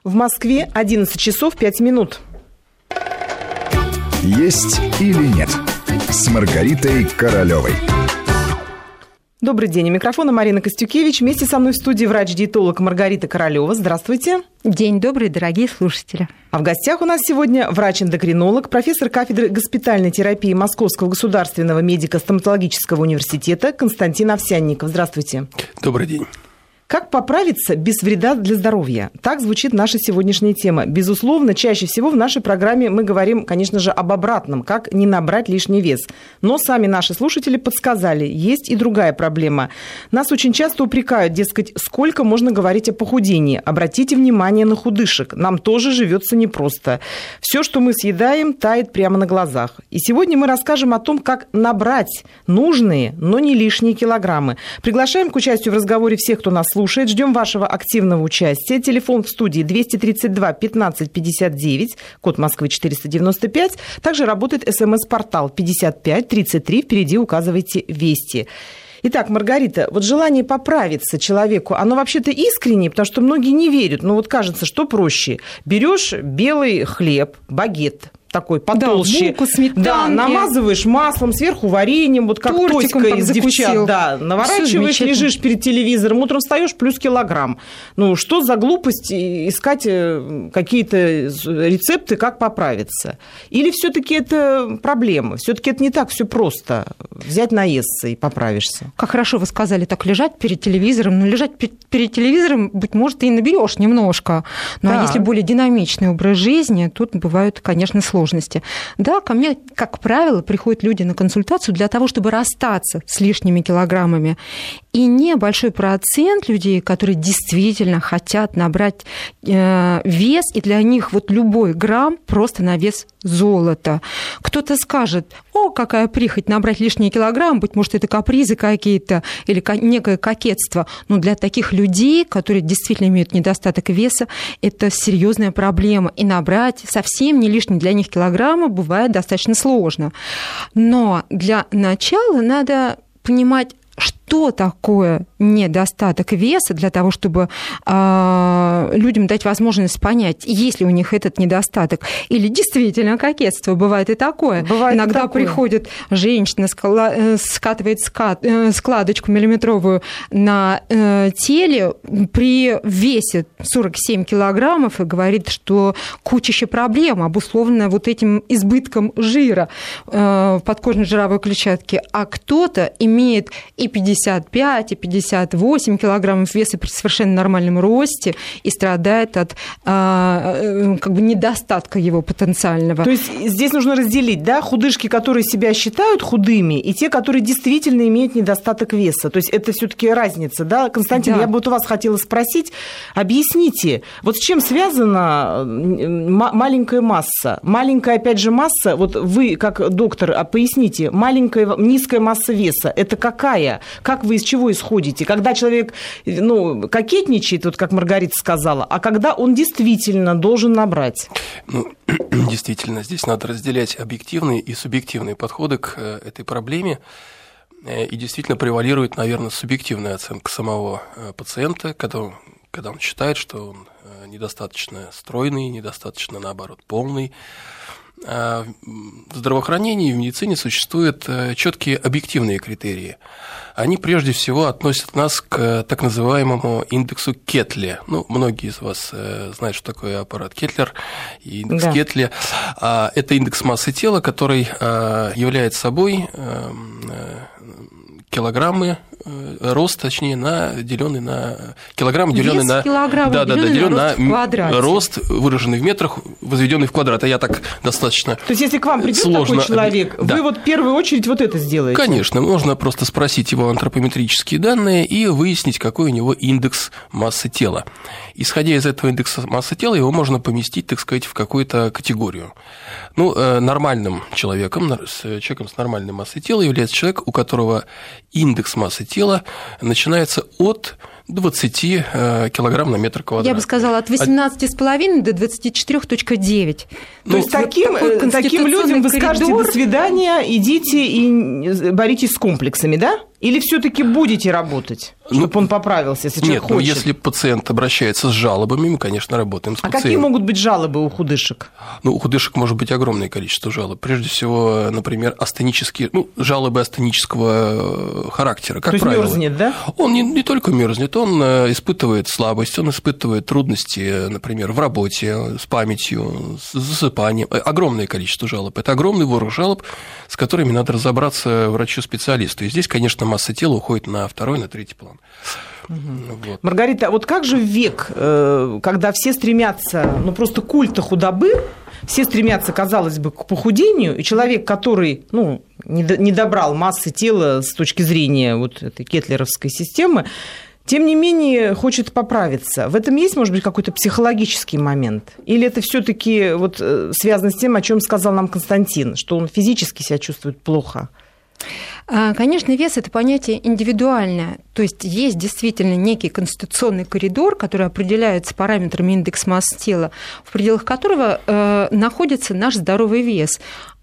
В Москве 11 часов 5 минут. «Есть или нет» с Маргаритой Королевой. Добрый день. У микрофона Марина Костюкевич. Вместе со мной в студии врач-диетолог Маргарита Королева. Здравствуйте. День добрый, дорогие слушатели. А в гостях у нас сегодня врач-эндокринолог, профессор кафедры госпитальной терапии Московского государственного медико-стоматологического университета Константин Овсянников. Здравствуйте. Добрый день. Как поправиться без вреда для здоровья? Так звучит наша сегодняшняя тема. Безусловно, чаще всего в нашей программе мы говорим, конечно же, об обратном, как не набрать лишний вес. Но сами наши слушатели подсказали, есть и другая проблема. Нас очень часто упрекают, дескать, сколько можно говорить о похудении. Обратите внимание на худышек. Нам тоже живется непросто. Все, что мы съедаем, тает прямо на глазах. И сегодня мы расскажем о том, как набрать нужные, но не лишние килограммы. Приглашаем к участию в разговоре всех, кто нас слушает. Ждем вашего активного участия. Телефон в студии 232 15 59, код Москвы 495. Также работает СМС-портал 55 33. Впереди указывайте «Вести». Итак, Маргарита, вот желание поправиться человеку, оно вообще-то искреннее, потому что многие не верят. Но вот кажется, что проще. Берешь белый хлеб, багет, такой потолще. Да, булку, сметанки. Да, намазываешь маслом, сверху вареньем, вот как тортиком, Тоська как из закусил. девчат. Да, наворачиваешь, лежишь перед телевизором, утром встаешь, плюс килограмм. Ну, что за глупость искать какие-то рецепты, как поправиться? Или все-таки это проблема? Все-таки это не так все просто. Взять, наесться и поправишься. Как хорошо вы сказали, так лежать перед телевизором. Но лежать перед телевизором, быть может, и наберешь немножко. Но Да. если более динамичный образ жизни, тут бывают, конечно, сложности. Да, ко мне, как правило, приходят люди на консультацию для того, чтобы расстаться с лишними килограммами. И небольшой процент людей, которые действительно хотят набрать вес, и для них вот любой грамм просто на вес золота. Кто-то скажет: о, какая прихоть набрать лишние килограммы, быть может, это капризы какие-то или некое кокетство. Но для таких людей, которые действительно имеют недостаток веса, это серьезная проблема. И набрать совсем не лишние для них килограммы бывает достаточно сложно. Но для начала надо понимать, что такое недостаток веса, для того, чтобы людям дать возможность понять, есть ли у них этот недостаток, или действительно кокетство. Бывает и такое. Иногда приходит женщина, скатывает складочку миллиметровую на теле при весе 47 килограммов и говорит, что кучища проблем обусловлена вот этим избытком жира в подкожной жировой клетчатке. А кто-то имеет и 55, и 58 килограммов веса при совершенно нормальном росте и страдает от как бы недостатка его потенциального. То есть здесь нужно разделить, да, худышки, которые себя считают худыми, и те, которые действительно имеют недостаток веса. То есть это все-таки разница, да? Константин, да. Я бы вот у вас хотела спросить, объясните, вот с чем связана маленькая масса? Маленькая, опять же, масса, вот вы, как доктор, поясните, низкая масса веса, это какая? Как вы из чего исходите? Когда человек, кокетничает, вот как Маргарита сказала, а когда он действительно должен набрать? Действительно, здесь надо разделять объективные и субъективные подходы к этой проблеме. И действительно превалирует, наверное, субъективная оценка самого пациента, когда он считает, что он недостаточно стройный, недостаточно, наоборот, полный. В здравоохранении и в медицине существуют четкие объективные критерии. Они прежде всего относят нас к так называемому индексу Кетле. Многие из вас знают, что такое аппарат Кетлер и индекс Кетле. Это индекс массы тела, который является собой килограммы рост, точнее, деленный на килограмм, деленный на рост, выраженный в метрах, возведенный в квадрат. А я так достаточно сложно. То есть, если к вам придет такой человек, вы вот в первую очередь вот это сделаете? Конечно, можно просто спросить его антропометрические данные и выяснить, какой у него индекс массы тела. Исходя из этого индекса массы тела, его можно поместить, так сказать, в какую-то категорию. Нормальным человеком с нормальной массой тела является человек, у которого индекс массы тела начинается от 20 килограмм на метр квадратный. Я бы сказала, от 18,5 до 24,9. То есть таким людям вы скажете: до свидания, идите и боритесь с комплексами, да? Или все-таки будете работать, чтобы он поправился, если человек хочет? Нет, если пациент обращается с жалобами, мы, конечно, работаем с пациентом. А какие могут быть жалобы у худышек? У худышек может быть огромное количество жалоб. Прежде всего, например, астенические, жалобы астенического характера, как правило. То есть мерзнет, да? Он не только мерзнет, он испытывает слабость, он испытывает трудности, например, в работе, с памятью, с засыпанием. Огромное количество жалоб. Это огромный ворох жалоб, с которыми надо разобраться врачу-специалисту. И здесь, конечно, масса тела уходит на второй, на третий план. Вот. Маргарита, вот как же в век, когда все стремятся, просто культа худобы, все стремятся, казалось бы, к похудению, и человек, который, не добрал массы тела с точки зрения вот этой кетлеровской системы, тем не менее хочет поправиться. В этом есть, может быть, какой-то психологический момент? Или это все-таки связано с тем, о чем сказал нам Константин, что он физически себя чувствует плохо? Конечно, вес – это понятие индивидуальное. То есть есть действительно некий конституционный коридор, который определяется параметрами индекса массы тела, в пределах которого находится наш здоровый вес.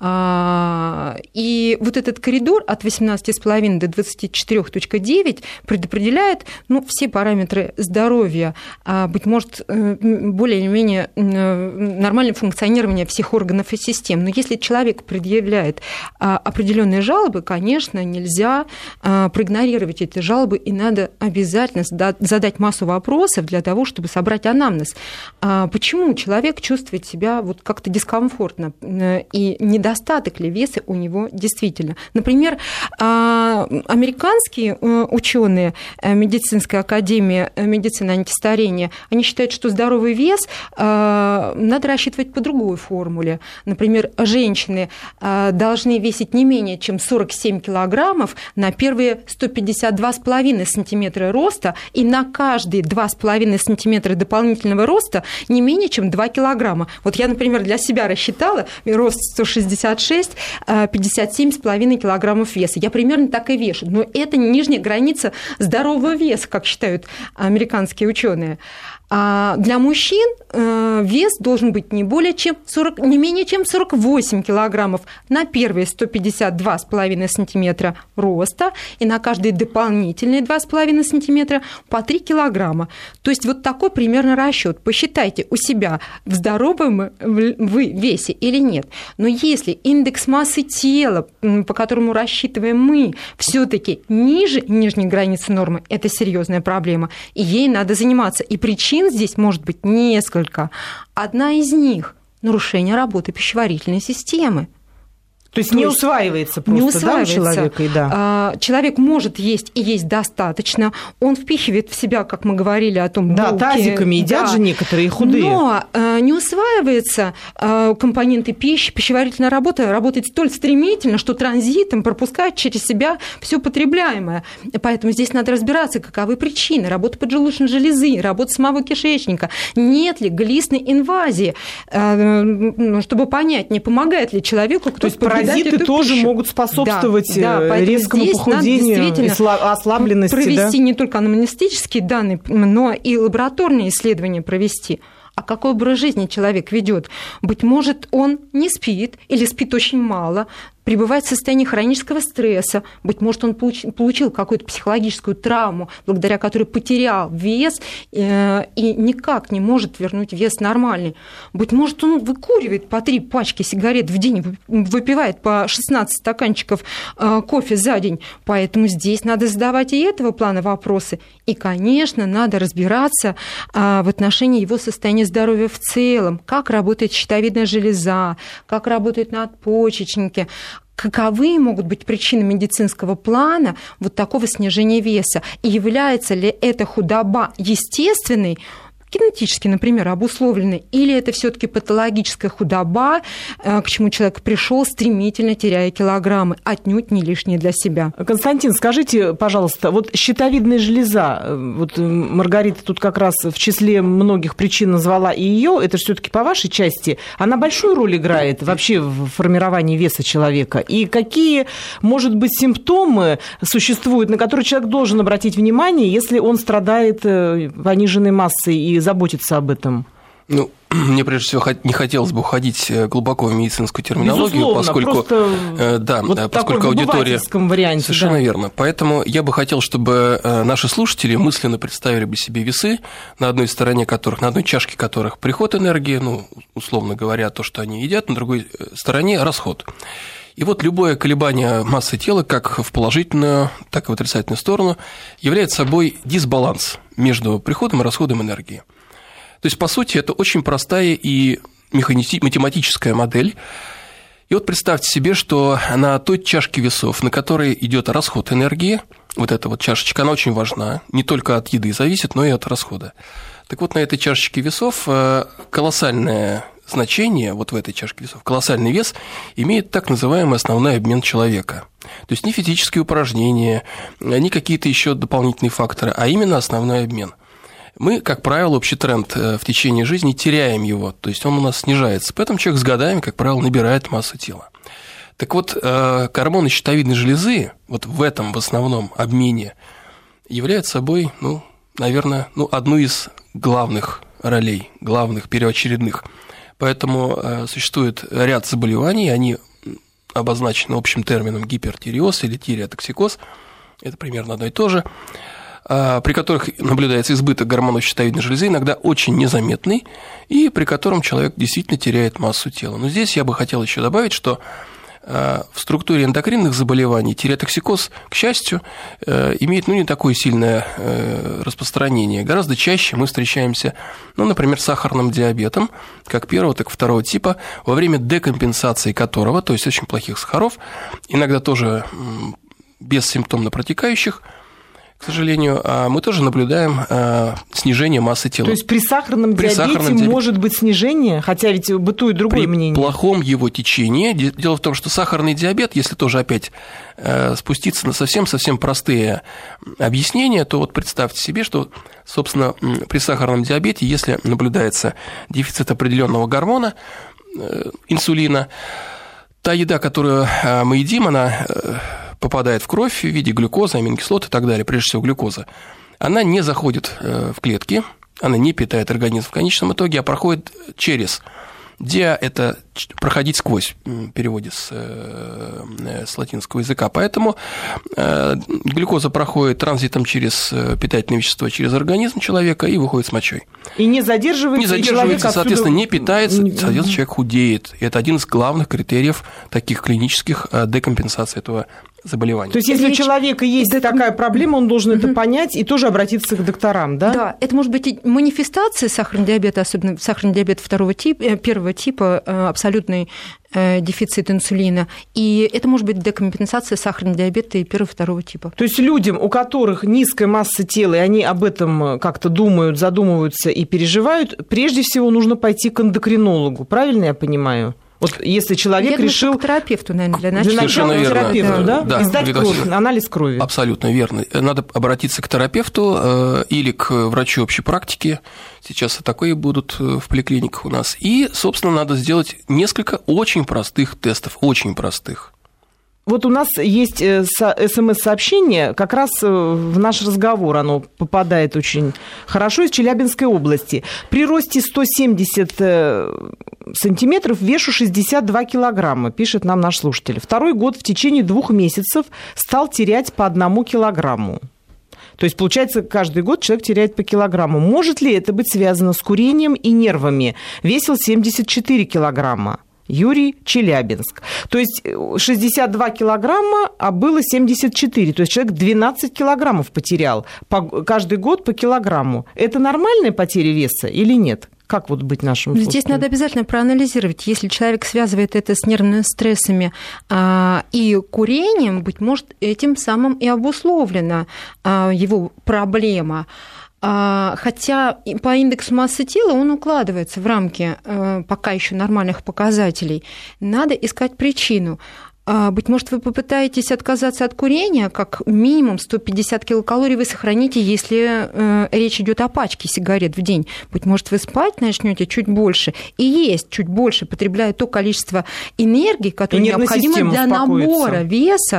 И вот этот коридор от 18,5 до 24,9 предопределяет все параметры здоровья, быть может, более или менее нормальное функционирование всех органов и систем. Но если человек предъявляет определенные жалобы, конечно, нельзя проигнорировать эти жалобы, и надо обязательно задать массу вопросов для того, чтобы собрать анамнез. Почему человек чувствует себя как-то дискомфортно, и недостаток ли веса у него действительно? Например, американские ученые медицинской академии медицины и антистарения, они считают, что здоровый вес надо рассчитывать по другой формуле. Например, женщины должны весить не менее чем 47 килограммов на первые 152,5 сантиметра роста, и на каждые 2,5 сантиметра дополнительного роста не менее чем 2 килограмма. Вот я, например, для себя рассчитала, рост 166, 57,5 килограммов веса. Я примерно так и вешу, но это нижняя граница здорового веса, как считают американские ученые. А для мужчин вес должен быть не менее чем 48 килограммов на первые 152,5 сантиметра роста и на каждые дополнительные 2,5 сантиметра по 3 килограмма. То есть вот такой примерно расчет. Посчитайте у себя, в здоровом вы весе или нет. Но если индекс массы тела, по которому рассчитываем мы, все-таки ниже нижней границы нормы, это серьезная проблема, и ей надо заниматься. И причин здесь может быть несколько. Одна из них – нарушение работы пищеварительной системы. То есть не усваивается просто, не усваивается. Да, у человека? Да. Человек может есть и есть достаточно. Он впихивает в себя, как мы говорили о том, да, булки, тазиками едят же некоторые худые. Но не усваиваются компоненты пищи, пищеварительная работа работает столь стремительно, что транзитом пропускает через себя все потребляемое. Поэтому здесь надо разбираться, каковы причины работы поджелудочной железы, работы самого кишечника, нет ли глистной инвазии, чтобы понять, не помогает ли человеку, кто паразиты тоже пищу. Могут способствовать резкому похудению и ослабленности. Провести не только анамнестические данные, но и лабораторные исследования провести. А какой образ жизни человек ведет? Быть может, он не спит или спит очень мало, пребывает в состоянии хронического стресса, быть может, он получил какую-то психологическую травму, благодаря которой потерял вес и никак не может вернуть вес нормальный. Быть может, он выкуривает по 3 пачки сигарет в день, выпивает по 16 стаканчиков кофе за день. Поэтому здесь надо задавать и этого плана вопросы. И, конечно, надо разбираться в отношении его состояния здоровья в целом, как работает щитовидная железа, как работают надпочечники, каковы могут быть причины медицинского плана вот такого снижения веса, и является ли эта худоба естественной, генетически, например, обусловлены, или это все-таки патологическая худоба, к чему человек пришел, стремительно теряя килограммы, отнюдь не лишние для себя. Константин, скажите, пожалуйста, вот щитовидная железа, вот Маргарита тут как раз в числе многих причин назвала и ее, это же все-таки по вашей части, она большую роль играет вообще в формировании веса человека, и какие, может быть, симптомы существуют, на которые человек должен обратить внимание, если он страдает пониженной массой и заботиться об этом? Ну, мне прежде всего не хотелось бы уходить глубоко в медицинскую терминологию, безусловно, поскольку аудитория... варианте, Совершенно верно. Поэтому я бы хотел, чтобы наши слушатели мысленно представили бы себе весы, на одной стороне которых, на одной чашке которых приход энергии, ну, условно говоря, то, что они едят, на другой стороне расход. И вот любое колебание массы тела, как в положительную, так и в отрицательную сторону, является собой дисбаланс между приходом и расходом энергии. То есть, по сути, это очень простая и математическая модель. И вот представьте себе, что на той чашке весов, на которой идет расход энергии, вот эта вот чашечка, она очень важна, не только от еды зависит, но и от расхода. Так вот, на этой чашечке весов колоссальное значение, вот в этой чашке весов, колоссальный вес имеет так называемый основной обмен человека. То есть не физические упражнения, не какие-то еще дополнительные факторы, а именно основной обмен. Мы, как правило, общий тренд в течение жизни теряем его, то есть он у нас снижается. Поэтому человек с годами, как правило, набирает массу тела. Так вот, гормоны щитовидной железы вот в этом в основном обмене являются собой, наверное, одну из главных ролей, главных, первоочередных. Поэтому существует ряд заболеваний, они обозначены общим термином гипертиреоз или тиреотоксикоз, это примерно одно и то же, при которых наблюдается избыток гормонов щитовидной железы, иногда очень незаметный, и при котором человек действительно теряет массу тела. Но здесь я бы хотел еще добавить, что в структуре эндокринных заболеваний тиреотоксикоз, к счастью, имеет не такое сильное распространение. Гораздо чаще мы встречаемся, например, с сахарным диабетом, как первого, так и второго типа, во время декомпенсации которого, то есть очень плохих сахаров, иногда тоже бессимптомно протекающих, к сожалению, мы тоже наблюдаем снижение массы тела. То есть при сахарном диабете может быть снижение, хотя ведь бытует другое мнение. При плохом его течении. Дело в том, что сахарный диабет, если тоже опять спуститься на совсем-совсем простые объяснения, то вот представьте себе, что, собственно, при сахарном диабете, если наблюдается дефицит определенного гормона, инсулина, та еда, которую мы едим, она попадает в кровь в виде глюкозы, аминокислот и так далее, прежде всего глюкоза, она не заходит в клетки, она не питает организм в конечном итоге, а проходит через. Диа – это проходить сквозь, в переводе с латинского языка. Поэтому глюкоза проходит транзитом через питательные вещества, через организм человека и выходит с мочой. И не задерживается, соответственно, не питается, соответственно, человек худеет. И это один из главных критериев таких клинических декомпенсации этого заболевания. То есть, если у человека есть такая проблема, он должен это понять и тоже обратиться к докторам, да? Да, это может быть и манифестация сахарного диабета, особенно сахарный диабет первого типа, абсолютный дефицит инсулина, и это может быть декомпенсация сахарного диабета и первого-второго типа. То есть людям, у которых низкая масса тела, и они об этом как-то думают, задумываются и переживают, прежде всего нужно пойти к эндокринологу, правильно я понимаю? Вот если человек решил... к терапевту, наверное, для начала. Для начала к терапевту, да? И сдать кровь, анализ крови. Абсолютно верно. Надо обратиться к терапевту или к врачу общей практики. Сейчас и такие будут в поликлиниках у нас. И, собственно, надо сделать несколько очень простых тестов, очень простых. Вот у нас есть СМС-сообщение, как раз в наш разговор оно попадает очень хорошо, из Челябинской области. При росте 170 сантиметров вешу 62 килограмма, пишет нам наш слушатель. Второй год в течение 2 месяцев стал терять по 1 килограмму. То есть, получается, каждый год человек теряет по килограмму. Может ли это быть связано с курением и нервами? Весил 74 килограмма. Юрий, Челябинск. То есть 62 килограмма, а было 74. То есть человек 12 килограммов потерял каждый год по килограмму. Это нормальная потеря веса или нет? Как вот быть нашим слушателям? Здесь надо обязательно проанализировать. Если человек связывает это с нервными стрессами и курением, быть может, этим самым и обусловлена его проблема. Хотя по индексу массы тела он укладывается в рамки пока еще нормальных показателей. Надо искать причину. Быть может, вы попытаетесь отказаться от курения, как минимум 150 килокалорий вы сохраните, если речь идет о пачке сигарет в день. Быть может, вы спать начнете чуть больше и есть чуть больше, потребляя то количество энергии, которое необходимо для набора веса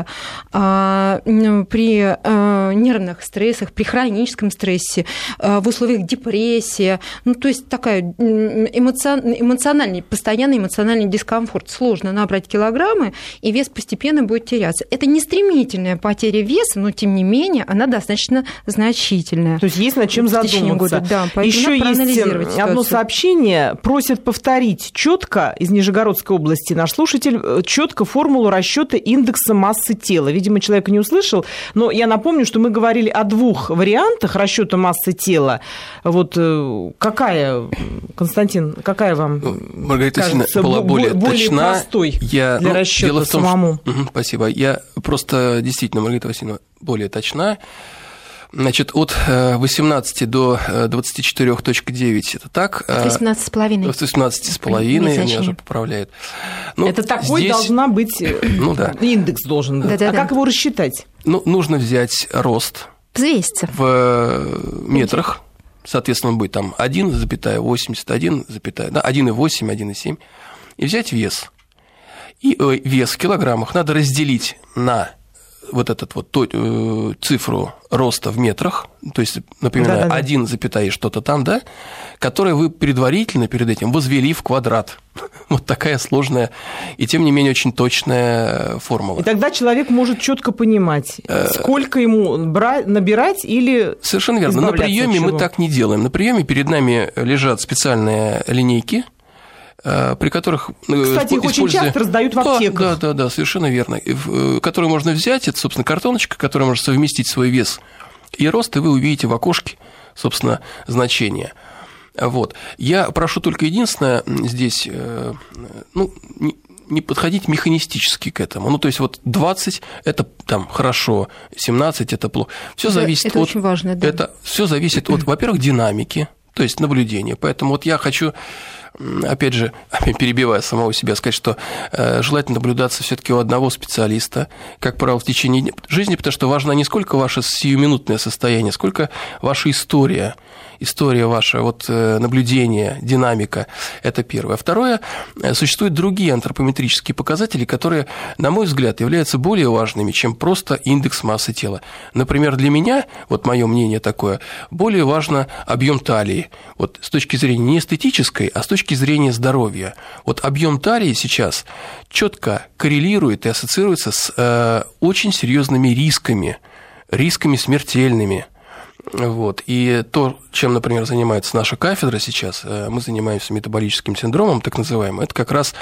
при нервных стрессах, при хроническом стрессе, в условиях депрессии. Ну, то есть такая эмоциональный, постоянный эмоциональный дискомфорт. Сложно набрать килограммы, и вес постепенно будет теряться. Это не стремительная потеря веса, но тем не менее она достаточно значительная. То есть есть над чем задуматься. Да, еще есть одно сообщение. Просят повторить четко из Нижегородской области наш слушатель четко формулу расчета индекса массы тела. Видимо, человек не услышал, но я напомню, что мы говорили о двух вариантах расчета массы тела. Вот какая, Константин, какая вам Маргарита Васильевна была более точна. Простой для расчета самому. Спасибо. Я просто действительно, Маргарита Васильевна, более точна. Значит, от 18 до 24.9 это так. 18,5. 18,5, меня же поправляет. Ну, это такой здесь должна быть, индекс должен быть. Да. Как его рассчитать? Ну, нужно взять рост. Взвеситься. В метрах. Соответственно, он будет там 1,81, 1,8, 1,7. И взять вес. И вес в килограммах надо разделить на вот эту вот цифру роста в метрах, то есть, например, 1, что-то там, да, которое вы предварительно перед этим возвели в квадрат. Вот такая сложная и, тем не менее, очень точная формула. И тогда человек может четко понимать, сколько ему набирать или совершенно верно. На приеме мы так не делаем. На приеме перед нами лежат специальные линейки, при которых... Кстати, их очень часто раздают в аптеках. Да, совершенно верно. Которые можно взять, это, собственно, картоночка, которая может совместить свой вес и рост, и вы увидите в окошке, собственно, значение. Вот. Я прошу только единственное здесь, не подходить механистически к этому. Ну, то есть, вот 20 – это там хорошо, 17 – это плохо. Все зависит это очень важно, да. Это все зависит от, во-первых, динамики, то есть наблюдения. Поэтому вот я хочу, опять же, перебивая самого себя, сказать, что желательно наблюдаться все-таки у одного специалиста, как правило, в течение жизни, потому что важно не сколько ваше сиюминутное состояние, сколько ваша история ваша, вот наблюдение, динамика – это первое. Второе, существуют другие антропометрические показатели, которые, на мой взгляд, являются более важными, чем просто индекс массы тела. Например, для меня, вот мое мнение такое, более важно объем талии, вот с точки зрения не эстетической, а с точки зрения здоровья. Вот объем талии сейчас четко коррелирует и ассоциируется с очень серьезными рисками смертельными. Вот. И то, чем, например, занимается наша кафедра сейчас, мы занимаемся метаболическим синдромом, так называемым, это как раз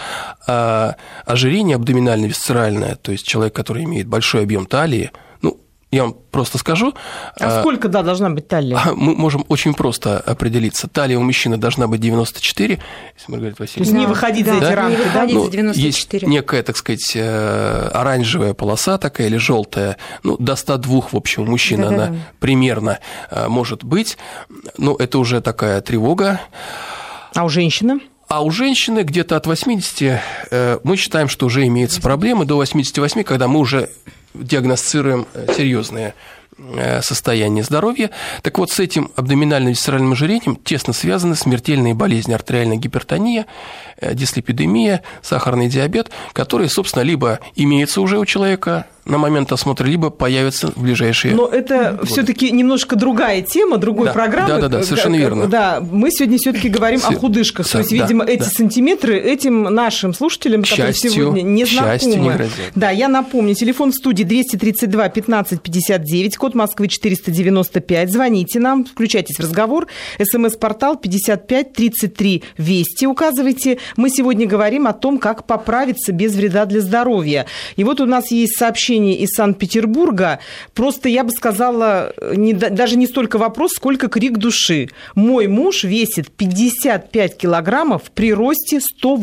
ожирение абдоминально-висцеральное, то есть человек, который имеет большой объем талии. Я вам просто скажу. Сколько, должна быть талия? Мы можем очень просто определиться. Талия у мужчины должна быть 94, если Маргарита Васильевна. Не выходить за эти рамки, не выходить за 94. Есть некая, так сказать, оранжевая полоса такая или желтая, до 102, в общем, у мужчины она примерно может быть. Это уже такая тревога. А у женщины? А у женщины где-то от 80 мы считаем, что уже имеются проблемы, до 88, когда мы уже диагностируем серьезное состояние здоровья. Так вот, с этим абдоминально-висцеральным ожирением тесно связаны смертельные болезни: артериальная гипертония, дислипидемия, сахарный диабет, которые, собственно, либо имеются уже у человека на момент осмотра, либо появятся в ближайшие годы. Но это все-таки немножко другая тема, другой программы. Да, совершенно верно. Да, мы сегодня все-таки говорим о худышках. То есть, видимо, эти сантиметры этим нашим слушателям, которые сегодня не знакомы. Да, я напомню, телефон в студии 232 15 59, код Москвы 495. Звоните нам, включайтесь в разговор. СМС-портал 55 33 Вести указывайте. Мы сегодня говорим о том, как поправиться без вреда для здоровья. И вот у нас есть сообщение из Санкт-Петербурга. Просто, я бы сказала, даже не столько вопрос, сколько крик души. Мой муж весит 55 килограммов при росте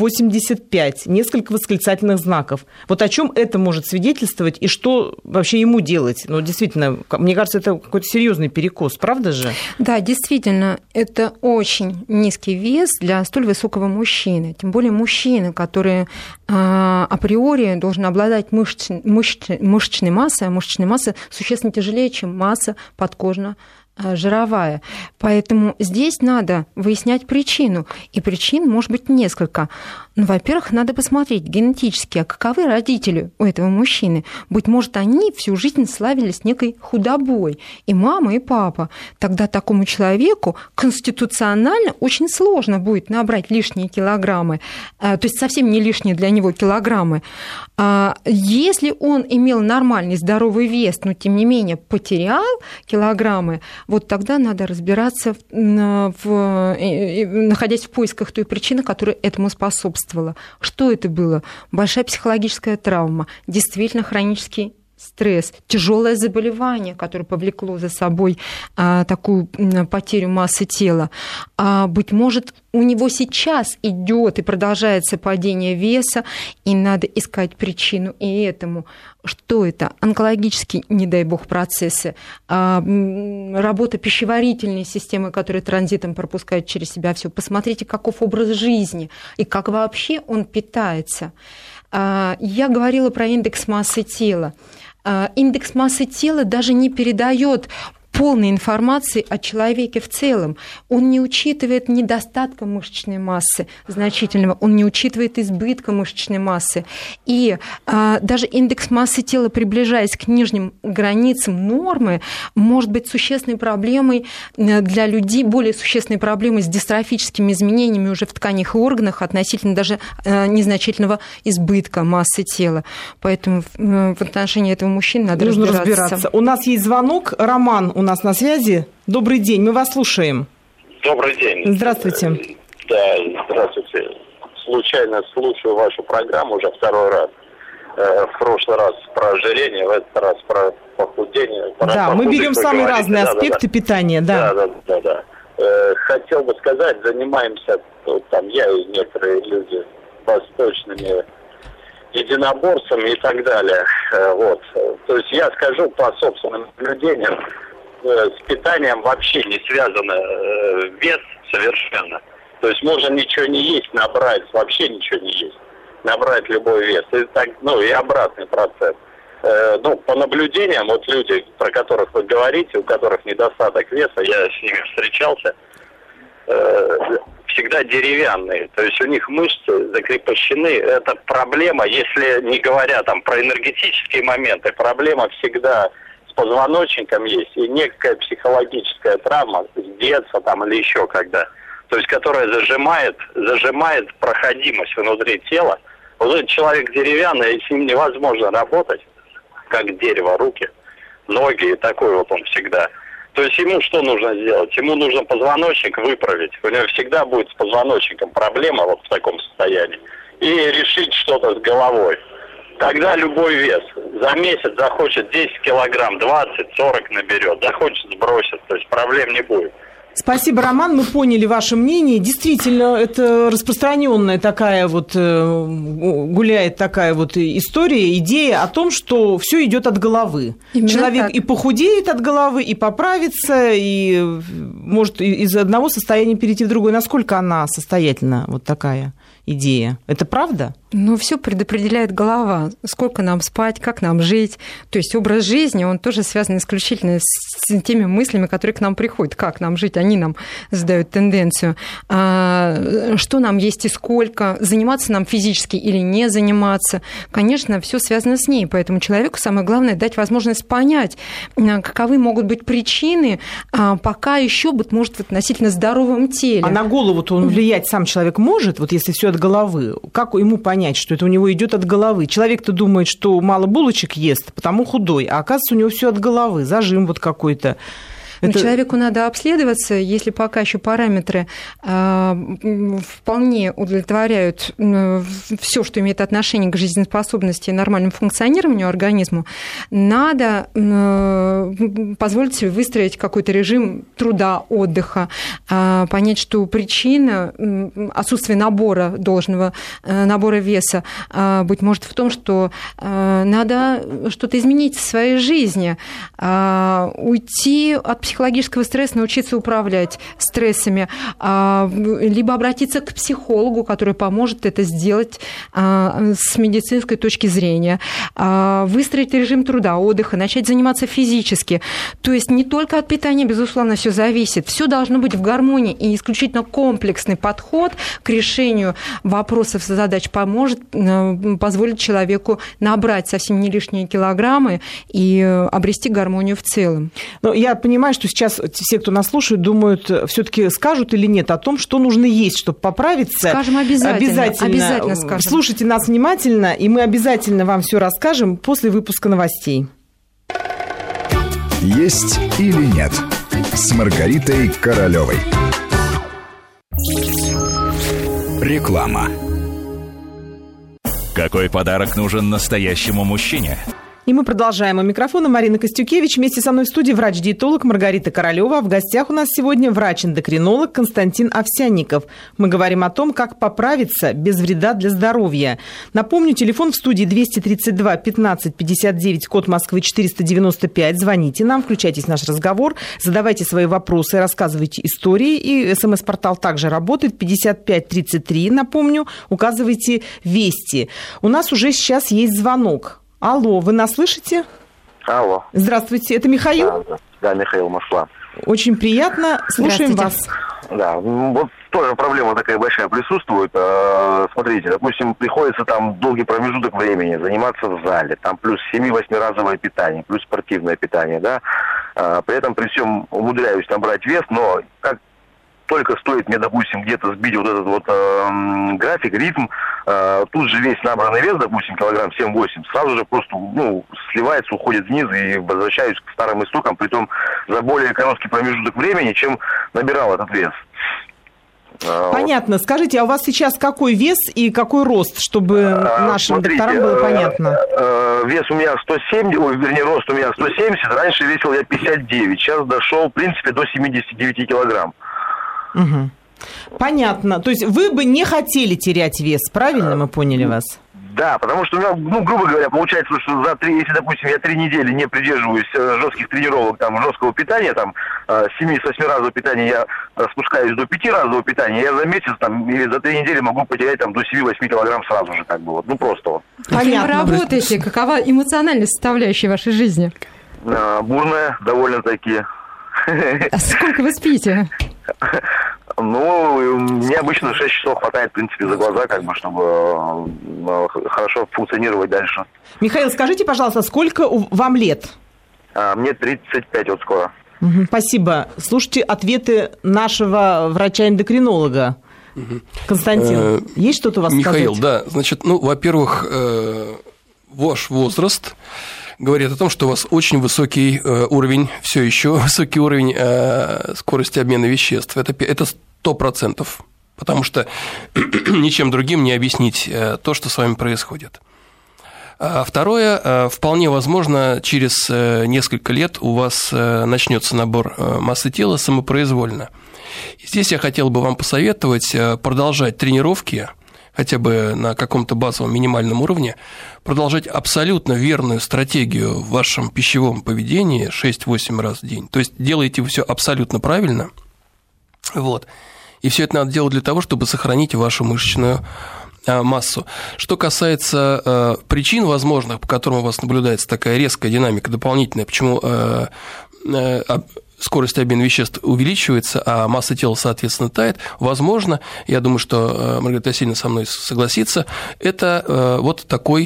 185. Несколько восклицательных знаков. Вот о чем это может свидетельствовать и что вообще ему делать? Действительно, мне кажется, это какой-то серьезный перекос, правда же? Да, действительно, это очень низкий вес для столь высокого мужчины. Тем более мужчины, которые априори должен обладать мышечной массой, а мышечная масса существенно тяжелее, чем масса подкожно-жировая. Поэтому здесь надо выяснять причину. И причин может быть несколько. Ну, во-первых, надо посмотреть генетически, а каковы родители у этого мужчины. Быть может, они всю жизнь славились некой худобой, и мама, и папа. Тогда такому человеку конституционально очень сложно будет набрать лишние килограммы, то есть совсем не лишние для него килограммы. Если он имел нормальный здоровый вес, но тем не менее потерял килограммы, вот тогда надо разбираться, находясь в поисках той причины, которая этому способствовала. Что это было? Большая психологическая травма, действительно хронический стресс, тяжелое заболевание, которое повлекло за собой такую потерю массы тела. Быть может, у него сейчас идет и продолжается падение веса, и надо искать причину и этому. Что это? Онкологические, не дай бог, процессы, работа пищеварительной системы, которая транзитом пропускает через себя все. Посмотрите, каков образ жизни и как вообще он питается. Я говорила про индекс массы тела. Индекс массы тела даже не передает полной информации о человеке в целом. Он не учитывает недостатка мышечной массы значительного, он не учитывает избытка мышечной массы. И даже индекс массы тела, приближаясь к нижним границам нормы, может быть существенной проблемой для людей, более существенной проблемой с дистрофическими изменениями уже в тканях и органах относительно даже незначительного избытка массы тела. Поэтому в отношении этого мужчины надо разбираться. У нас есть звонок. Роман у нас на связи. Добрый день, мы вас слушаем. Добрый день. Здравствуйте. Да, здравствуйте. Случайно слушаю вашу программу уже второй раз. В прошлый раз про ожирение, в этот раз про похудение. Да, мы берем самые разные аспекты питания. Да. Хотел бы сказать, занимаемся, там я и некоторые люди, восточными единоборствами и так далее. Вот. То есть я скажу по собственным наблюдениям, с питанием вообще не связан вес совершенно. То есть можно ничего не есть, набрать, вообще ничего не есть, набрать любой вес. И так, и обратный процесс. По наблюдениям, вот люди, про которых вы говорите, у которых недостаток веса, я с ними встречался, всегда деревянные. То есть у них мышцы закрепощены. Это проблема, если не говоря там про энергетические моменты, проблема всегда с позвоночником есть, и некая психологическая травма с детства там или еще когда, то есть которая зажимает проходимость внутри тела. Вот этот человек деревянный, и с ним невозможно работать, как дерево, руки, ноги, и такой вот он всегда. То есть ему что нужно сделать? Ему нужно позвоночник выправить. У него всегда будет с позвоночником проблема вот в таком состоянии. И решить что-то с головой. Тогда любой вес. За месяц захочет 10 килограмм, 20, 40 наберет. Захочет сбросит. То есть проблем не будет. Спасибо, Роман, мы поняли ваше мнение. Действительно, это распространенная такая вот, гуляет такая вот история, идея о том, что все идет от головы. Именно человек так. И похудеет от головы, и поправится, и может из одного состояния перейти в другое. Насколько она состоятельна, вот такая идея? Это правда? Все предопределяет голова. Сколько нам спать, как нам жить. То есть образ жизни, он тоже связан исключительно с теми мыслями, которые к нам приходят. Как нам жить, они нам задают тенденцию. Что нам есть и сколько, заниматься нам физически или не заниматься. Конечно, все связано с ней. Поэтому человеку самое главное дать возможность понять, каковы могут быть причины, пока еще, быть может, в относительно здоровом теле. А на голову-то он влиять сам человек может, вот если все от головы? Как ему понять, что это у него идет от головы? Человек-то думает, что мало булочек ест, потому худой, а оказывается, у него все от головы, зажим вот какой-то. Человеку надо обследоваться, если пока еще параметры вполне удовлетворяют все, что имеет отношение к жизнеспособности и нормальному функционированию организма, надо позволить себе выстроить какой-то режим труда, отдыха, понять, что причина отсутствия набора, должного набора веса, быть может, в том, что надо что-то изменить в своей жизни, уйти от психологического стресса научиться управлять стрессами, либо обратиться к психологу, который поможет это сделать с медицинской точки зрения, выстроить режим труда, отдыха, начать заниматься физически. То есть не только от питания, безусловно, все зависит. Все должно быть в гармонии, и исключительно комплексный подход к решению вопросов и задач позволит человеку набрать совсем не лишние килограммы и обрести гармонию в целом. Но я понимаю, что сейчас все, кто нас слушает, думают, все-таки скажут или нет о том, что нужно есть, чтобы поправиться. Скажем обязательно. Обязательно скажем. Слушайте нас внимательно, и мы обязательно вам все расскажем после выпуска новостей. Есть или нет с Маргаритой Королевой. Реклама. Какой подарок нужен настоящему мужчине? И мы продолжаем. У микрофона Марина Костюкевич. Вместе со мной в студии врач-диетолог Маргарита Королева. В гостях у нас сегодня врач-эндокринолог Константин Овсянников. Мы говорим о том, как поправиться без вреда для здоровья. Напомню, телефон в студии 232 15 59, код Москвы 495. Звоните нам, включайтесь в наш разговор, задавайте свои вопросы, рассказывайте истории. И СМС-портал также работает 5533. Напомню, указывайте «Вести». У нас уже сейчас есть звонок. Алло, вы нас слышите? Алло. Здравствуйте, это Михаил? Да, Михаил, Москва. Очень приятно, слушаем вас. Да, вот тоже проблема такая большая присутствует. Смотрите, допустим, приходится там долгий промежуток времени заниматься в зале, там плюс 7-8-разовое питание, плюс спортивное питание, да. При этом при всем умудряюсь набрать вес, но как только стоит мне, допустим, где-то сбить вот этот вот график, ритм, тут же весь набранный вес, допустим, килограмм 7-8, сразу же просто, сливается, уходит вниз, и возвращаюсь к старым истокам, притом за более короткий промежуток времени, чем набирал этот вес. Понятно. Скажите, а у вас сейчас какой вес и какой рост, чтобы нашим докторам было понятно? Вес у меня 170, рост у меня 170, раньше весил я 59, сейчас дошел, в принципе, до 79 килограмм. Угу. Понятно. То есть вы бы не хотели терять вес, правильно мы поняли вас? Да, потому что у меня, грубо говоря, получается, что если, допустим, я 3 недели не придерживаюсь жестких тренировок, жесткого питания, 7-8 разового питания, я спускаюсь до 5-разового питания, я за месяц, или за 3 недели могу потерять до 7-8 килограмм сразу же, просто. Понятно. Вы работаете? Какова эмоциональная составляющая вашей жизни? Бурная, довольно-таки. А сколько вы спите? Мне обычно 6 часов хватает, в принципе, за глаза, чтобы хорошо функционировать дальше. Михаил, скажите, пожалуйста, сколько вам лет? Мне 35 вот скоро. Спасибо. Слушайте ответы нашего врача-эндокринолога. Константин, есть что-то у вас сказать? Михаил, да. Значит, во-первых, ваш возраст говорит о том, что у вас очень высокий уровень, все еще высокий уровень скорости обмена веществ. Это 100%, потому что ничем другим не объяснить то, что с вами происходит. Второе, вполне возможно, через несколько лет у вас начнется набор массы тела самопроизвольно. И здесь я хотел бы вам посоветовать продолжать тренировки, хотя бы на каком-то базовом минимальном уровне, продолжать абсолютно верную стратегию в вашем пищевом поведении 6-8 раз в день. То есть делаете вы все абсолютно правильно. И все это надо делать для того, чтобы сохранить вашу мышечную массу. Что касается причин возможных, по которым у вас наблюдается такая резкая динамика дополнительная, почему скорость обмена веществ увеличивается, а масса тела, соответственно, тает, возможно, я думаю, что Маргарита Васильевна со мной согласится, это вот такой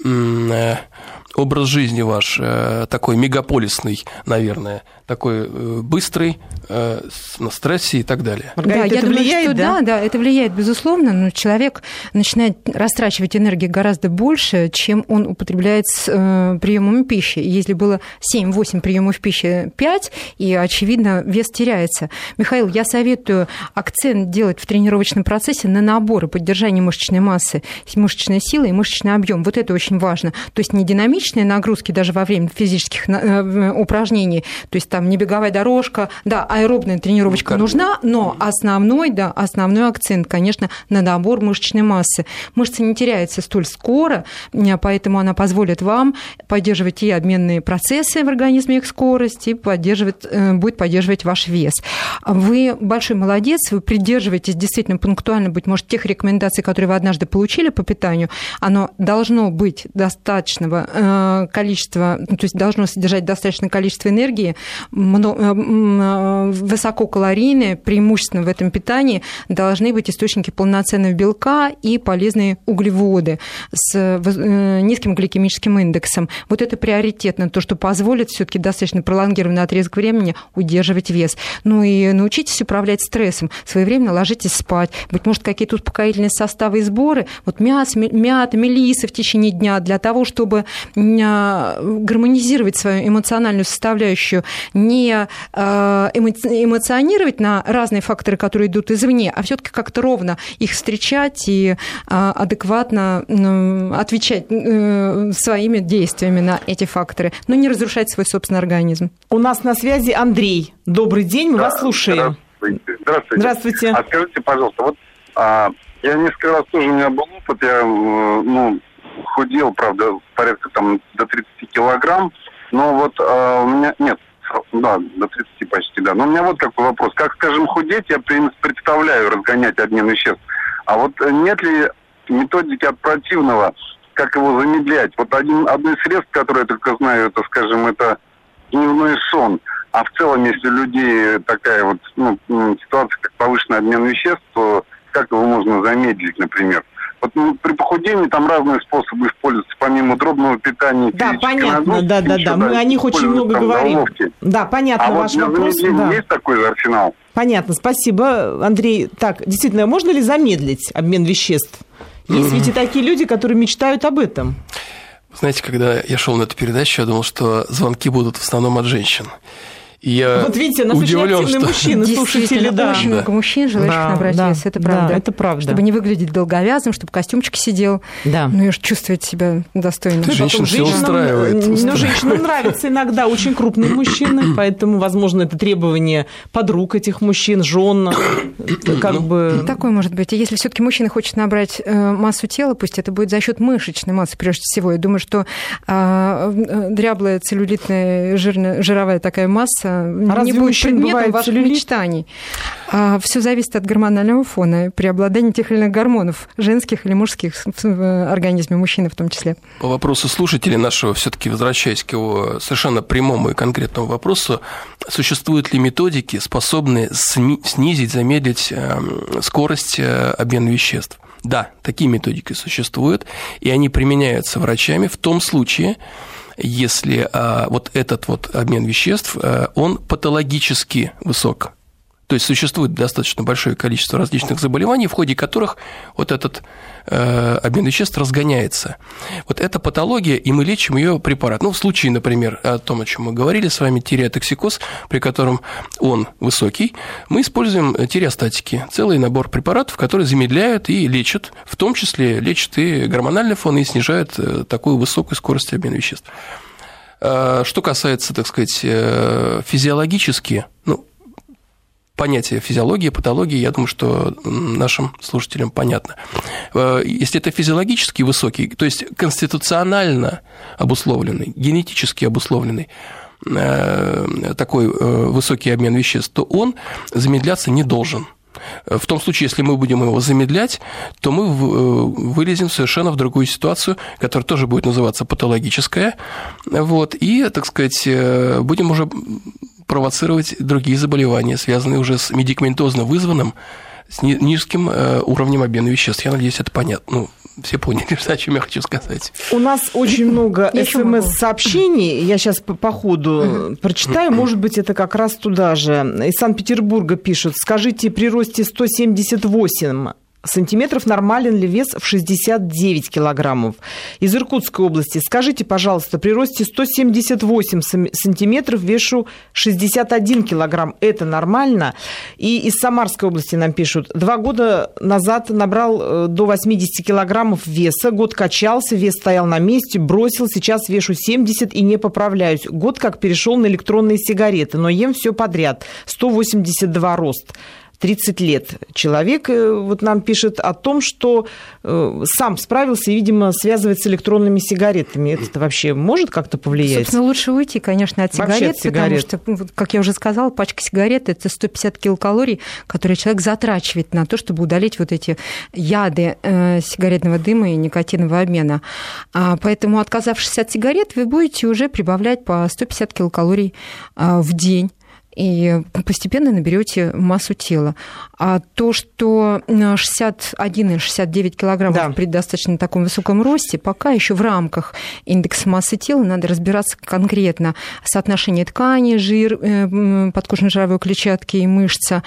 образ жизни ваш, такой мегаполисный, наверное, такой быстрый, на стрессе и так далее. Маргарита, я думаю, влияет, что да, это влияет, безусловно, но человек начинает растрачивать энергии гораздо больше, чем он употребляет с приемами пищи. И если было 7-8 приемов пищи 5, и, очевидно, вес теряется. Михаил, я советую акцент делать в тренировочном процессе на набор и поддержание мышечной массы, мышечной силы и мышечный объем. Вот это очень важно. То есть не динамично ограниченные нагрузки даже во время физических упражнений, то есть там не беговая дорожка, да, аэробная тренировочка нужна, но основной акцент, конечно, на набор мышечной массы. Мышца не теряется столь скоро, поэтому она позволит вам поддерживать и обменные процессы в организме, их скорость, и будет поддерживать ваш вес. Вы большой молодец, вы придерживаетесь действительно пунктуально, быть может, тех рекомендаций, которые вы однажды получили по питанию. Оно должно быть достаточного количества, то есть должно содержать достаточное количество энергии, высококалорийное, преимущественно в этом питании должны быть источники полноценного белка и полезные углеводы с низким гликемическим индексом. Вот это приоритетно, то, что позволит все-таки достаточно пролонгированный отрезок времени удерживать вес. Ну и научитесь управлять стрессом. Своевременно ложитесь спать. Быть может, какие-то успокоительные составы и сборы, вот мята, мелисы в течение дня для того, чтобы гармонизировать свою эмоциональную составляющую, не эмоционировать на разные факторы, которые идут извне, а все-таки как-то ровно их встречать и адекватно отвечать своими действиями на эти факторы, но не разрушать свой собственный организм. У нас на связи Андрей. Добрый день, мы вас слушаем. Здравствуйте. А скажите, пожалуйста, вот я несколько раз тоже у меня был опыт, я худел, правда, порядка там до 30 килограмм, но вот у меня, нет, да, до 30 почти, да. Но у меня вот какой вопрос. Как, скажем, худеть, я представляю разгонять обмен веществ. А вот нет ли методики от противного, как его замедлять? Вот одно из средств, которое я только знаю, это, скажем, это дневной сон. А в целом, если у людей такая вот ситуация, как повышенный обмен веществ, то как его можно замедлить, например? Вот при похудении там разные способы используются, помимо дробного питания. Да, понятно, да. Мы о них очень много говорим. Головки. Да, понятно ваш вопрос. Да. Есть такой же арсенал? Понятно, спасибо, Андрей. Так, действительно, можно ли замедлить обмен веществ? Есть ведь и такие люди, которые мечтают об этом. Знаете, когда я шел на эту передачу, я думал, что звонки будут в основном от женщин. И я вот видите, у нас очень активные мужчины, слушатели, да. Очень много мужчин, желающих набрать вес, это правда. Да, это правда. Чтобы не выглядеть долговязым, чтобы костюмчик сидел, ну и чувствовать себя достойно. Женщин все устраивает. Но женщинам нравятся иногда очень крупные мужчины, поэтому, возможно, это требование подруг этих мужчин, жен, как бы... Такое может быть. И если все-таки мужчина хочет набрать массу тела, пусть это будет за счет мышечной массы, прежде всего. Я думаю, что дряблая, целлюлитная, жировая такая масса не будет предметом ваших мечтаний. Все зависит от гормонального фона, преобладания тех или иных гормонов, женских или мужских в организме мужчины в том числе. По вопросу слушателя нашего, все-таки возвращаясь к его совершенно прямому и конкретному вопросу, существуют ли методики, способные снизить, замедлить скорость обмена веществ? Да, такие методики существуют, и они применяются врачами в том случае, если вот этот вот обмен веществ, он патологически высок. То есть существует достаточно большое количество различных заболеваний, в ходе которых вот этот обмен веществ разгоняется. Вот эта патология, и мы лечим ее препаратом. В случае, например, о том, о чем мы говорили с вами, тиреотоксикоз, при котором он высокий, мы используем тиреостатики, целый набор препаратов, которые замедляют и лечат, в том числе лечат и гормональный фон, и снижают такую высокую скорость обмена веществ. Что касается, так сказать, физиологически, понятие физиологии, патологии, я думаю, что нашим слушателям понятно. Если это физиологически высокий, то есть конституционально обусловленный, генетически обусловленный такой высокий обмен веществ, то он замедляться не должен. В том случае, если мы будем его замедлять, то мы вылезем совершенно в другую ситуацию, которая тоже будет называться патологическая, и, так сказать, будем уже провоцировать другие заболевания, связанные уже с медикаментозно вызванным, с низким уровнем обмена веществ. Я надеюсь, это понятно. Все поняли, о чем я хочу сказать. У нас очень много СМС-сообщений. Я сейчас по ходу прочитаю. Может быть, это как раз туда же. Из Санкт-Петербурга пишут. Скажите, при росте 178 сантиметров. Нормален ли вес в 69 килограммов? Из Иркутской области. Скажите, пожалуйста, при росте 178 сантиметров вешу 61 килограмм. Это нормально? И из Самарской области нам пишут. 2 года назад набрал до 80 килограммов веса. Год качался, вес стоял на месте, бросил. Сейчас вешу 70 и не поправляюсь. Год как перешел на электронные сигареты, но ем все подряд. 182 рост. 30 лет. Человек вот нам пишет о том, что сам справился и, видимо, связывает с электронными сигаретами. Это вообще может как-то повлиять? Собственно, лучше уйти, конечно, от сигарет, потому что, как я уже сказала, пачка сигарет – это 150 килокалорий, которые человек затрачивает на то, чтобы удалить вот эти яды сигаретного дыма и никотинового обмена. Поэтому, отказавшись от сигарет, вы будете уже прибавлять по 150 килокалорий в день. И постепенно наберете массу тела. А то, что 61 или 69 килограммов при достаточно таком высоком росте, пока еще в рамках индекса массы тела, надо разбираться конкретно. Соотношение ткани, жир, подкожно-жировой клетчатки и мышца,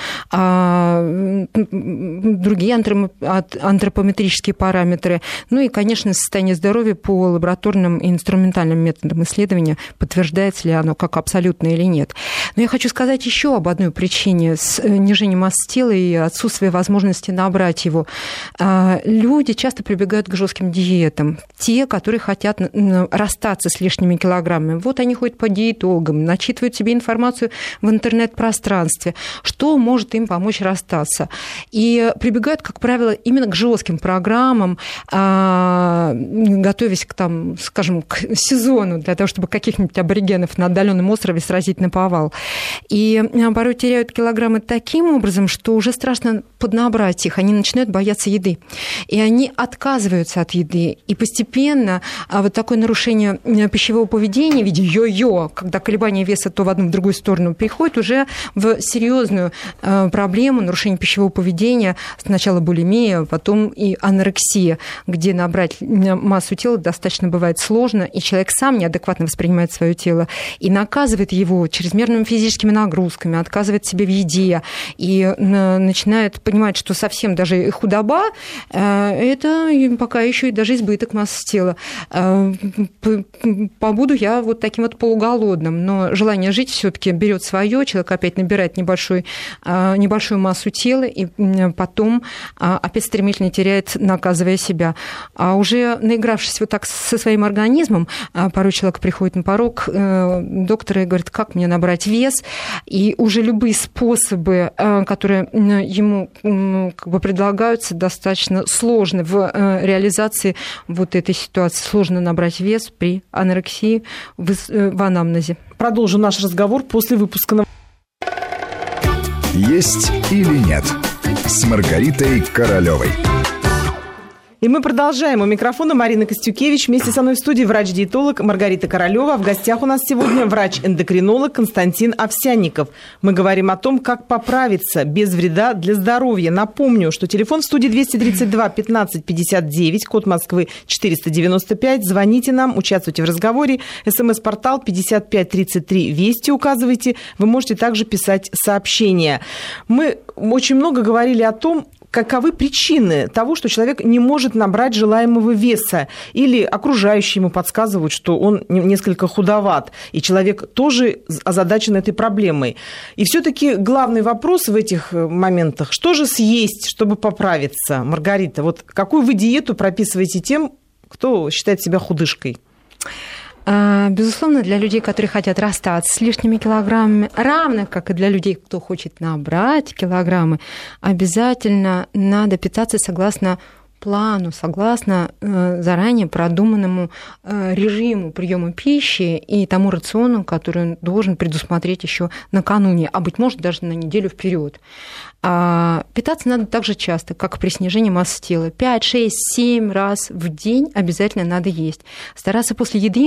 другие антропометрические параметры. Ну и, конечно, состояние здоровья по лабораторным и инструментальным методам исследования, подтверждается ли оно как абсолютное или нет. Но я хочу сказать еще об одной причине снижения массы тела и отсутствия возможности набрать его. Люди часто прибегают к жестким диетам. Те, которые хотят расстаться с лишними килограммами. Вот они ходят по диетологам, начитывают себе информацию в интернет-пространстве, что может им помочь расстаться. И прибегают, как правило, именно к жестким программам, готовясь к, скажем, к сезону, для того, чтобы каких-нибудь аборигенов на отдаленном острове сразить наповал. И порой теряют килограммы таким образом, что уже страшно поднабрать их. Они начинают бояться еды. И они отказываются от еды. И постепенно вот такое нарушение пищевого поведения в виде йо-йо, когда колебания веса то в одну, в другую сторону, приходит уже в серьезную проблему нарушения пищевого поведения. Сначала булимия, потом и анорексия, где набрать массу тела достаточно бывает сложно, и человек сам неадекватно воспринимает свое тело и наказывает его чрезмерными физическими нагрузками, отказывает себе в еде и начинает понимать, что совсем даже худоба – это пока еще и даже избыток массы тела. Побуду я вот таким вот полуголодным, но желание жить все-таки берет свое, человек опять набирает небольшую массу тела и потом опять стремительно теряет, наказывая себя. А уже наигравшись вот так со своим организмом, порой человек приходит на порог доктора и говорит, как мне набрать вес, и уже любые способы, которые ему как бы предлагаются, достаточно сложны в реализации вот этой ситуации. Сложно набрать вес при анорексии в анамнезе. Продолжим наш разговор после выпуска. Есть или нет с Маргаритой Королевой. И мы продолжаем. У микрофона Марина Костюкевич. Вместе со мной в студии врач-диетолог Маргарита Королева. В гостях у нас сегодня врач-эндокринолог Константин Овсянников. Мы говорим о том, как поправиться без вреда для здоровья. Напомню, что телефон в студии 232 15 59, код Москвы 495. Звоните нам, участвуйте в разговоре. СМС-портал 5533 Вести указывайте. Вы можете также писать сообщения. Мы очень много говорили о том, каковы причины того, что человек не может набрать желаемого веса, или окружающие ему подсказывают, что он несколько худоват, и человек тоже озадачен этой проблемой. И все-таки главный вопрос в этих моментах, что же съесть, чтобы поправиться? Маргарита, вот какую вы диету прописываете тем, кто считает себя худышкой? Безусловно, для людей, которые хотят расстаться с лишними килограммами, равно как и для людей, кто хочет набрать килограммы, обязательно надо питаться согласно плану, согласно заранее продуманному режиму приема пищи и тому рациону, который он должен предусмотреть еще накануне, а быть может даже на неделю вперед. Питаться надо так же часто, как при снижении массы тела. 5, 6, 7 раз в день обязательно надо есть. Стараться после еды,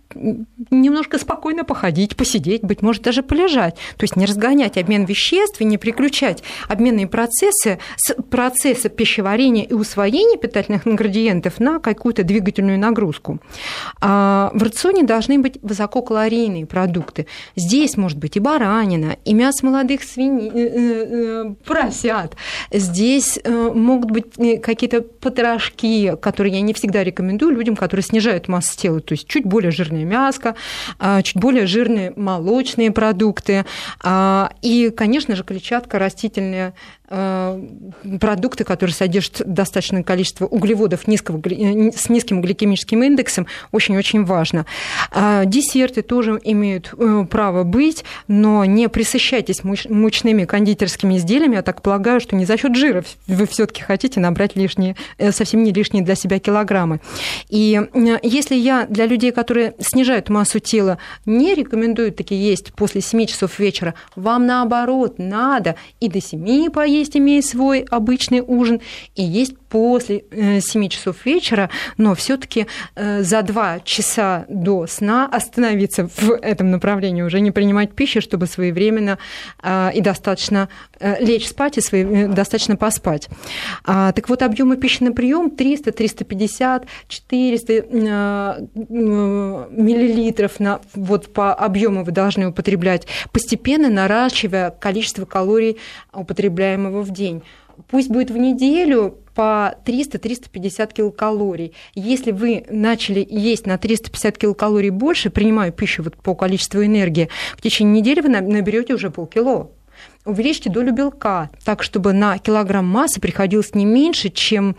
немножко спокойно походить, посидеть, быть может, даже полежать. То есть не разгонять обмен веществ и не переключать обменные процессы с процесса пищеварения и усвоения питательных ингредиентов на какую-то двигательную нагрузку. В рационе должны быть высококалорийные продукты. Здесь может быть и баранина, и мясо молодых поросят. Здесь могут быть какие-то потрошки, которые я не всегда рекомендую людям, которые снижают массу тела. То есть чуть более жирное мяско, чуть более жирные молочные продукты и, конечно же, клетчатка растительная, продукты, которые содержат достаточное количество углеводов с низким гликемическим индексом, очень-очень важно. Десерты тоже имеют право быть, но не присыщайтесь мучными кондитерскими изделиями. Я так полагаю, что не за счет жира вы все-таки хотите набрать лишние, совсем не лишние для себя килограммы. И если я для людей, которые снижают массу тела, не рекомендую таки есть после 7 часов вечера, вам наоборот надо и до 7 поесть, имея свой обычный ужин, и есть после 7 часов вечера, но все-таки за 2 часа до сна остановиться в этом направлении, уже не принимать пищу, чтобы своевременно и достаточно лечь спать и достаточно поспать. Так вот, объемы пищи на прием 300, 350, 400 миллилитров вот по объему вы должны употреблять, постепенно наращивая количество калорий, употребляемого в день. Пусть будет в неделю по 300-350 килокалорий. Если вы начали есть на 350 килокалорий больше, принимая пищу вот по количеству энергии, в течение недели вы наберете уже полкило. Увеличьте долю белка так, чтобы на килограмм массы приходилось не меньше, чем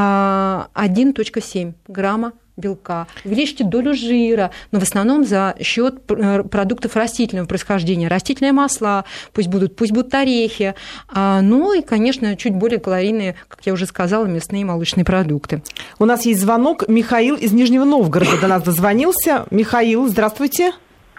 1,7 грамма белка. Увеличьте долю жира, но в основном за счет продуктов растительного происхождения. Растительные масла, пусть будут орехи, ну и, конечно, чуть более калорийные, как я уже сказала, мясные и молочные продукты. У нас есть звонок. Михаил из Нижнего Новгорода до нас дозвонился. Михаил, здравствуйте.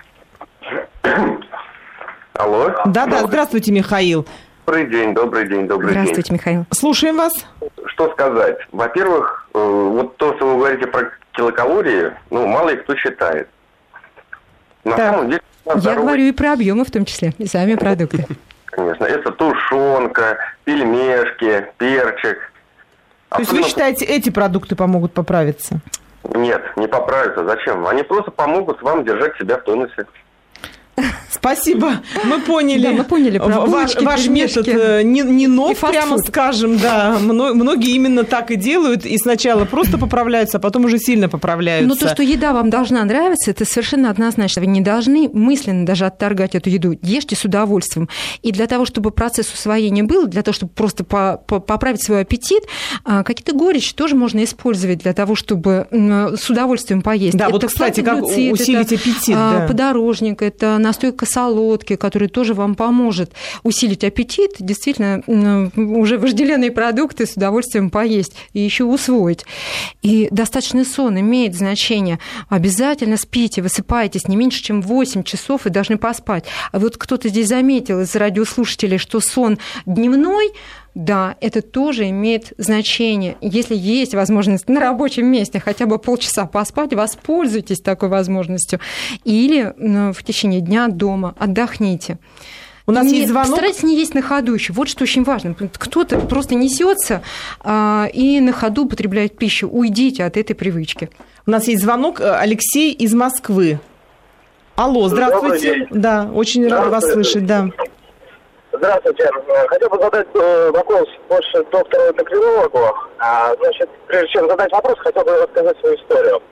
Алло. Да, здравствуйте, Михаил. Добрый день. Здравствуйте, Михаил. Слушаем вас. Что сказать? Во-первых, вот то, что вы говорите про килокалории, мало их кто считает. На самом деле... Я говорю и про объемы в том числе, и сами продукты. Конечно. Это тушенка, пельмешки, перчик. То есть вы считаете, эти продукты помогут поправиться? Нет, не поправиться. Зачем? Они просто помогут вам держать себя в тонусе. Спасибо, мы поняли. Да, мы поняли про булочки, ваш метод не нов, прямо скажем, да. Многие именно так и делают, и сначала просто поправляются, а потом уже сильно поправляются. Но то, что еда вам должна нравиться, это совершенно однозначно. Вы не должны мысленно даже отторгать эту еду. Ешьте с удовольствием. И для того, чтобы процесс усвоения был, для того, чтобы просто поправить свой аппетит, какие-то горечи тоже можно использовать для того, чтобы с удовольствием поесть. Да, это, вот, кстати, как усилить аппетит. Да. Подорожник, это настойка солодки, который тоже вам поможет усилить аппетит, действительно, уже вожделенные продукты с удовольствием поесть и еще усвоить. И достаточный сон имеет значение. Обязательно спите, высыпаетесь не меньше, чем 8 часов и должны поспать. А вот кто-то здесь заметил из радиослушателей, что сон дневной, да, это тоже имеет значение. Если есть возможность на рабочем месте хотя бы полчаса поспать, воспользуйтесь такой возможностью. Или в течение дня дома отдохните. У нас есть звонок. Постарайтесь не есть на ходу еще. Вот что очень важно. Кто-то просто несется и на ходу употребляет пищу. Уйдите от этой привычки. У нас есть звонок. Алексей из Москвы. Алло, здравствуйте. Да, очень рада вас слышать, да. Здравствуйте. Хотел бы задать вопрос больше доктору-эндокринологу. Значит, прежде чем задать вопрос, хотел бы рассказать свою историю.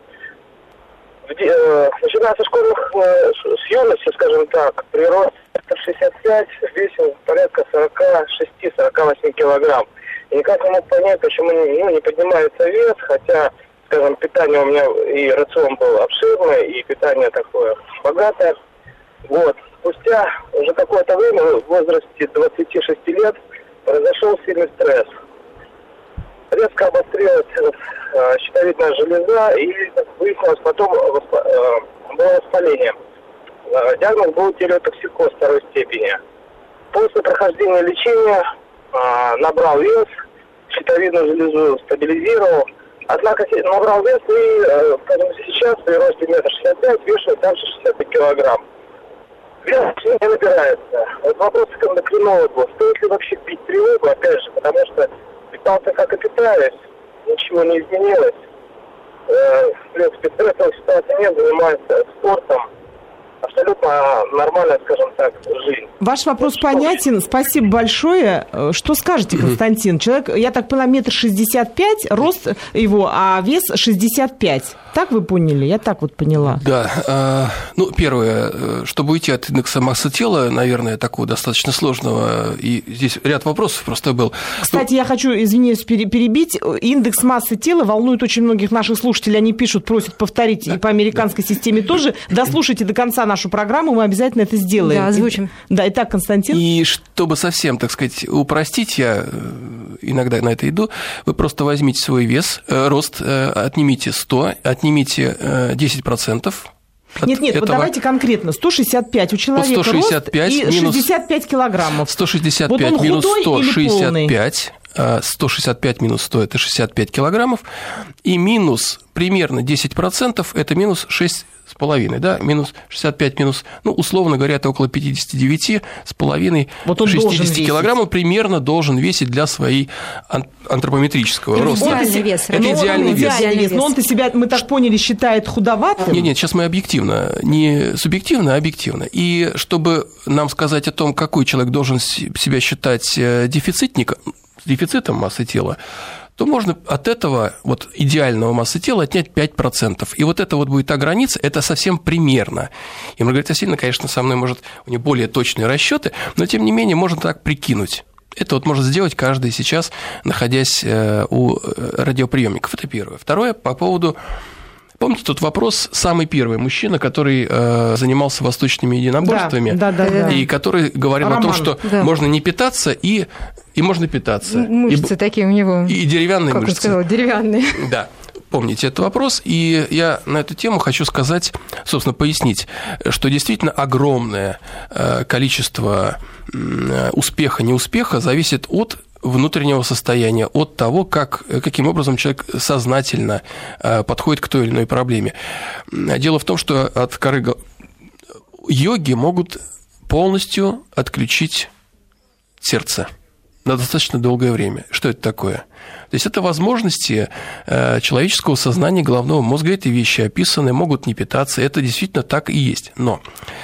Начиная со школьных, с юности, скажем так, при росте 65, весил порядка 46-48 килограмм. И никак не мог понять, почему не поднимается вес, хотя, скажем, питание у меня и рацион был обширный, и питание такое богатое. Вот. Спустя уже какое-то время, в возрасте 26 лет, произошел сильный стресс. Резко обострилась щитовидная железа, и выяснилось потом было воспаление. Диагноз был тиреотоксикоз второй степени. После прохождения лечения набрал вес, щитовидную железу стабилизировал, Однако набрал вес и, скажем, сейчас при росте 1,65 м вешу также 65 килограмм. Вес не набирается. Вот вопрос к эндокринологу. Стоит ли вообще бить тревогу, опять же, потому что питался как и питаюсь, ничего не изменилось. В принципе, стрессовой ситуации нет, занимаюсь спортом. Абсолютно нормальная, скажем так, жизнь. Ваш вопрос понятен. Спасибо большое. Что скажете, Константин? Человек, я так поняла, 1,65 м, рост его, а вес 65. Так вы поняли? Я так вот поняла. Да. Ну, первое, чтобы уйти от индекса массы тела, наверное, такого достаточно сложного, и здесь ряд вопросов просто был. Кстати, я хочу, извиняюсь, перебить. Индекс массы тела волнует очень многих наших слушателей. Они пишут, просят повторить, да, и по американской системе тоже. Дослушайте до конца нашу программу, мы обязательно это сделаем. Да, озвучим. Да, итак, Константин. И чтобы совсем, так сказать, упростить, я иногда на это иду, вы просто возьмите свой вес, рост, отнимите 100, отнимите 10%. Нет, этого... вот давайте конкретно. 165 у человека вот 165 рост и минус... 65 килограммов. 165 вот он минус 100, 65. 165 минус 100 – это 65 килограммов. И минус примерно 10% – это минус 6,5, да, минус 65 минус, ну, условно говоря, это около 59,5, вот 60 килограмм он примерно должен весить для своей антропометрического роста. Идеальный вес. Это идеальный вес. Но он-то себя, мы так поняли, считает худоватым. Нет, сейчас мы объективно, не субъективно, а объективно. И чтобы нам сказать о том, какой человек должен себя считать дефицитом массы тела, то можно от этого вот идеального массы тела отнять 5%. И вот это вот будет та граница, это совсем примерно. И Маргарита Васильевна, конечно, со мной может, у нее более точные расчеты, но тем не менее можно так прикинуть. Это вот может сделать каждый сейчас, находясь у радиоприемников. Это первое. Второе, по поводу... Помните тот вопрос, самый первый мужчина, который занимался восточными единоборствами, да. И который говорил о том, что можно не питаться и можно питаться. Мышцы такие у него. И деревянные как мышцы. Как он сказал, деревянные. Да. Помните этот вопрос, и я на эту тему хочу сказать, собственно, пояснить, что действительно огромное количество успеха-неуспеха зависит от внутреннего состояния, от того, каким образом человек сознательно подходит к той или иной проблеме. Дело в том, что от коры йоги могут полностью отключить сердце на достаточно долгое время. Что это такое? То есть это возможности человеческого сознания, головного мозга, эти вещи описаны, могут не питаться, это действительно так и есть. Но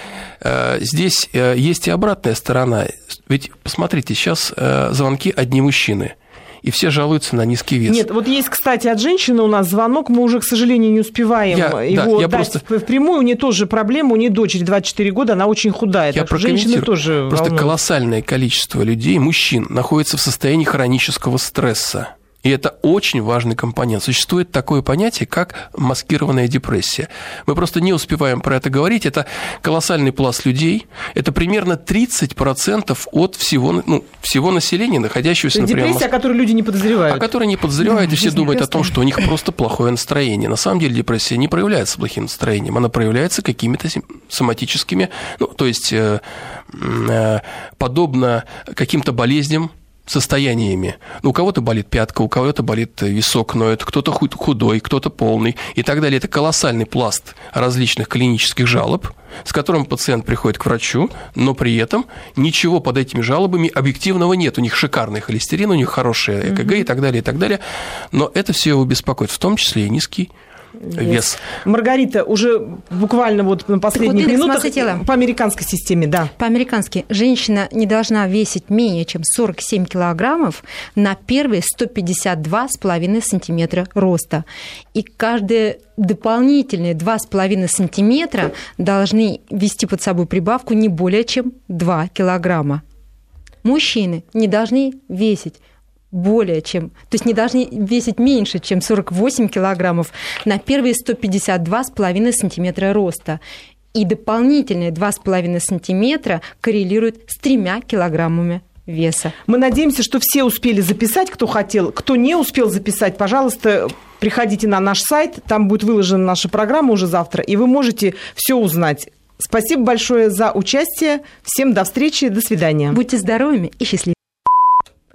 здесь есть и обратная сторона. Ведь, посмотрите, сейчас звонки одни мужчины, и все жалуются на низкий вес. Нет, вот есть, кстати, от женщины у нас звонок, мы уже, к сожалению, не успеваем его дать впрямую. У нее тоже проблема, у нее дочери 24 года, она очень худая. Я прокомментирую. Тоже просто волнует. Колоссальное количество людей, мужчин, находится в состоянии хронического стресса. И это очень важный компонент. Существует такое понятие, как маскированная депрессия. Мы просто не успеваем про это говорить. Это колоссальный пласт людей. Это примерно 30% от всего населения, находящегося, например... Депрессия, о которой люди не подозревают. О которой не подозревают, и все думают о том, что у них просто плохое настроение. На самом деле депрессия не проявляется плохим настроением, она проявляется какими-то соматическими, то есть подобно каким-то болезням, состояниями. У кого-то болит пятка, у кого-то болит висок, ноет, кто-то худой, кто-то полный и так далее. Это колоссальный пласт различных клинических жалоб, с которым пациент приходит к врачу, но при этом ничего под этими жалобами объективного нет. У них шикарный холестерин, у них хорошее ЭКГ и так далее, и так далее. Но это все его беспокоит, в том числе и низкий вес. Маргарита, уже буквально вот на последних минутах по американской системе, да. По-американски женщина не должна весить менее чем 47 килограммов на первые 152,5 сантиметра роста. И каждые дополнительные 2,5 сантиметра должны вести под собой прибавку не более чем 2 килограмма. Мужчины не должны весить более чем, то есть не должны весить меньше, чем 48 килограммов на первые 152,5 сантиметра роста. И дополнительные 2,5 сантиметра коррелируют с 3 килограммами веса. Мы надеемся, что все успели записать, кто хотел. Кто не успел записать, пожалуйста, приходите на наш сайт, там будет выложена наша программа уже завтра, и вы можете все узнать. Спасибо большое за участие. Всем до встречи, до свидания. Будьте здоровыми и счастливыми.